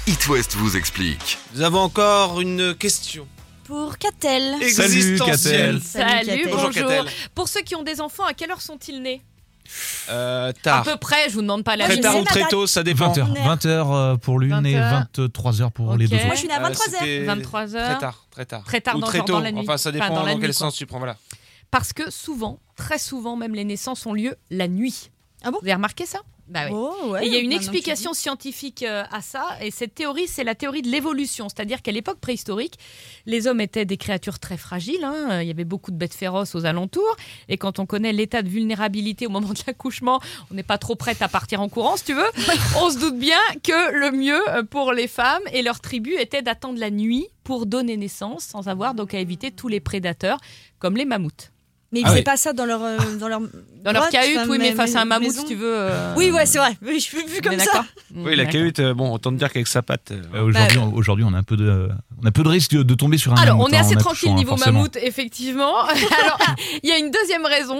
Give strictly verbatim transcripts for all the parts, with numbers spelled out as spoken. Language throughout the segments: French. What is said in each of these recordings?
It West vous explique. Nous avons encore une question. Pour Catel. Existentielle. Salut, Catel. bonjour. Bonjour, Catel. Pour ceux qui ont des enfants, à quelle heure sont-ils nés? Euh, À tard. peu près, je vous demande pas la Très je tard sais ou ma très date. tôt, ça dépend. vingt heures. vingt heures pour l'une et vingt heures. vingt-trois heures pour Ok. les deux Moi, autres. je suis née à vingt-trois heures. c'était vingt-trois heures. Très tard, très tard. Très tard ou dans- très dans tôt. la nuit. Enfin, ça Enfin, dépend dans dans, la quel nuit, quoi. sens tu prends. Voilà. Parce que souvent, très souvent, même les naissances ont lieu la nuit. Ah bon? Vous avez remarqué ça? Bah oui. Oh, ouais, Et il y a une maintenant que tu explication scientifique euh, à ça, et cette théorie, c'est la théorie de l'évolution. C'est-à-dire qu'à l'époque préhistorique, les hommes étaient des créatures très fragiles, hein. Il y avait beaucoup de bêtes féroces aux alentours, et quand on connaît l'état de vulnérabilité au moment de l'accouchement, on n'est pas trop prête à partir en courant, si tu veux. On se doute bien que le mieux pour les femmes et leurs tribus était d'attendre la nuit pour donner naissance, sans avoir donc à éviter tous les prédateurs, comme les mammouths. Mais ils Ah faisaient oui. pas ça dans leur euh, dans leur Dans leur grotte, cahute, enfin, oui, mais ma- face à un mammouth, maison. si tu veux. euh, Oui, ouais, c'est vrai. Oui, je suis vu on est comme ça. d'accord. Oui, la D'accord. cahute, euh, bon, autant te dire qu'avec sa patte. euh, Euh, aujourd'hui, Bah, on, aujourd'hui, on a un peu de, on a peu de risque de, de tomber sur un Alors, mammouth, on est hein, assez en tranquille accouchant, niveau hein, forcément. mammouth, effectivement. Alors, il y a une deuxième raison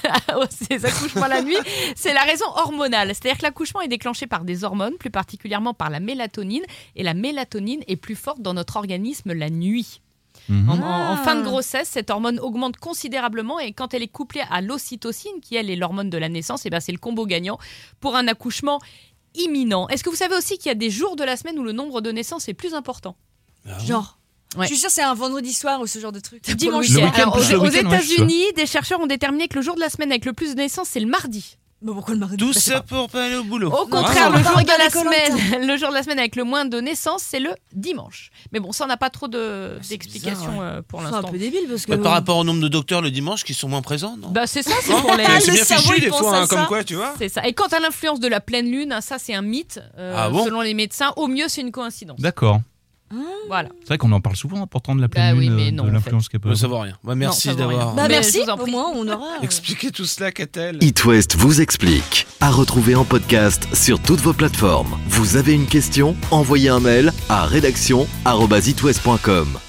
à ces accouchements la nuit, c'est la raison hormonale. C'est-à-dire que l'accouchement est déclenché par des hormones, plus particulièrement par la mélatonine, et la mélatonine est plus forte dans notre organisme la nuit. Mhm. En, en- en fin de Ah. grossesse, cette hormone augmente considérablement et quand elle est couplée à l'ocytocine, qui elle est l'hormone de la naissance, et ben c'est le combo gagnant pour un accouchement imminent. Est-ce que vous savez aussi qu'il y a des jours de la semaine où le nombre de naissances est plus important? Genre. Ouais. Je suis sûre que c'est un vendredi soir ou ce genre de truc. Dimanche Le soir. week-end, Alors, plus aux, le aux week-end, ouais, États-Unis, des chercheurs ont déterminé que le jour de la semaine avec le plus de naissances, c'est le mardi. Mais pourquoi le mardi? Tout ça pour pas aller au boulot. Au contraire, Ah, le on va jour de la regarder Koh-Lanta. semaine, le jour de la semaine avec le moins de naissances, c'est le dimanche. Mais bon, ça on n'a pas trop de c'est d'explications bizarre, euh, pour C'est un l'instant. peu débile parce que. Bah, par rapport au nombre de docteurs le dimanche qui sont moins présents, non? Bah c'est ça, c'est Hein pour les. Ah, C'est le bien cerveau, fichu il des pense fois, à hein, comme ça. quoi, tu vois. C'est ça. Et quant à l'influence de la pleine lune, hein, ça c'est un mythe. euh, Ah bon selon les médecins, au mieux c'est une coïncidence. D'accord. Voilà. C'est vrai qu'on en parle souvent, pourtant, de la pleine Bah oui, lune, mais euh, non, de en l'influence qu'elle peut Bah, ça avoir. vaut rien. Bah, merci ça vaut rien. d'avoir Bah Mais merci, je vous en au prie. moins on aura. euh, expliqué tout cela, Catel. It West vous explique. À retrouver en podcast sur toutes vos plateformes. Vous avez une question? Envoyez un mail à rédaction arobase itwest point com.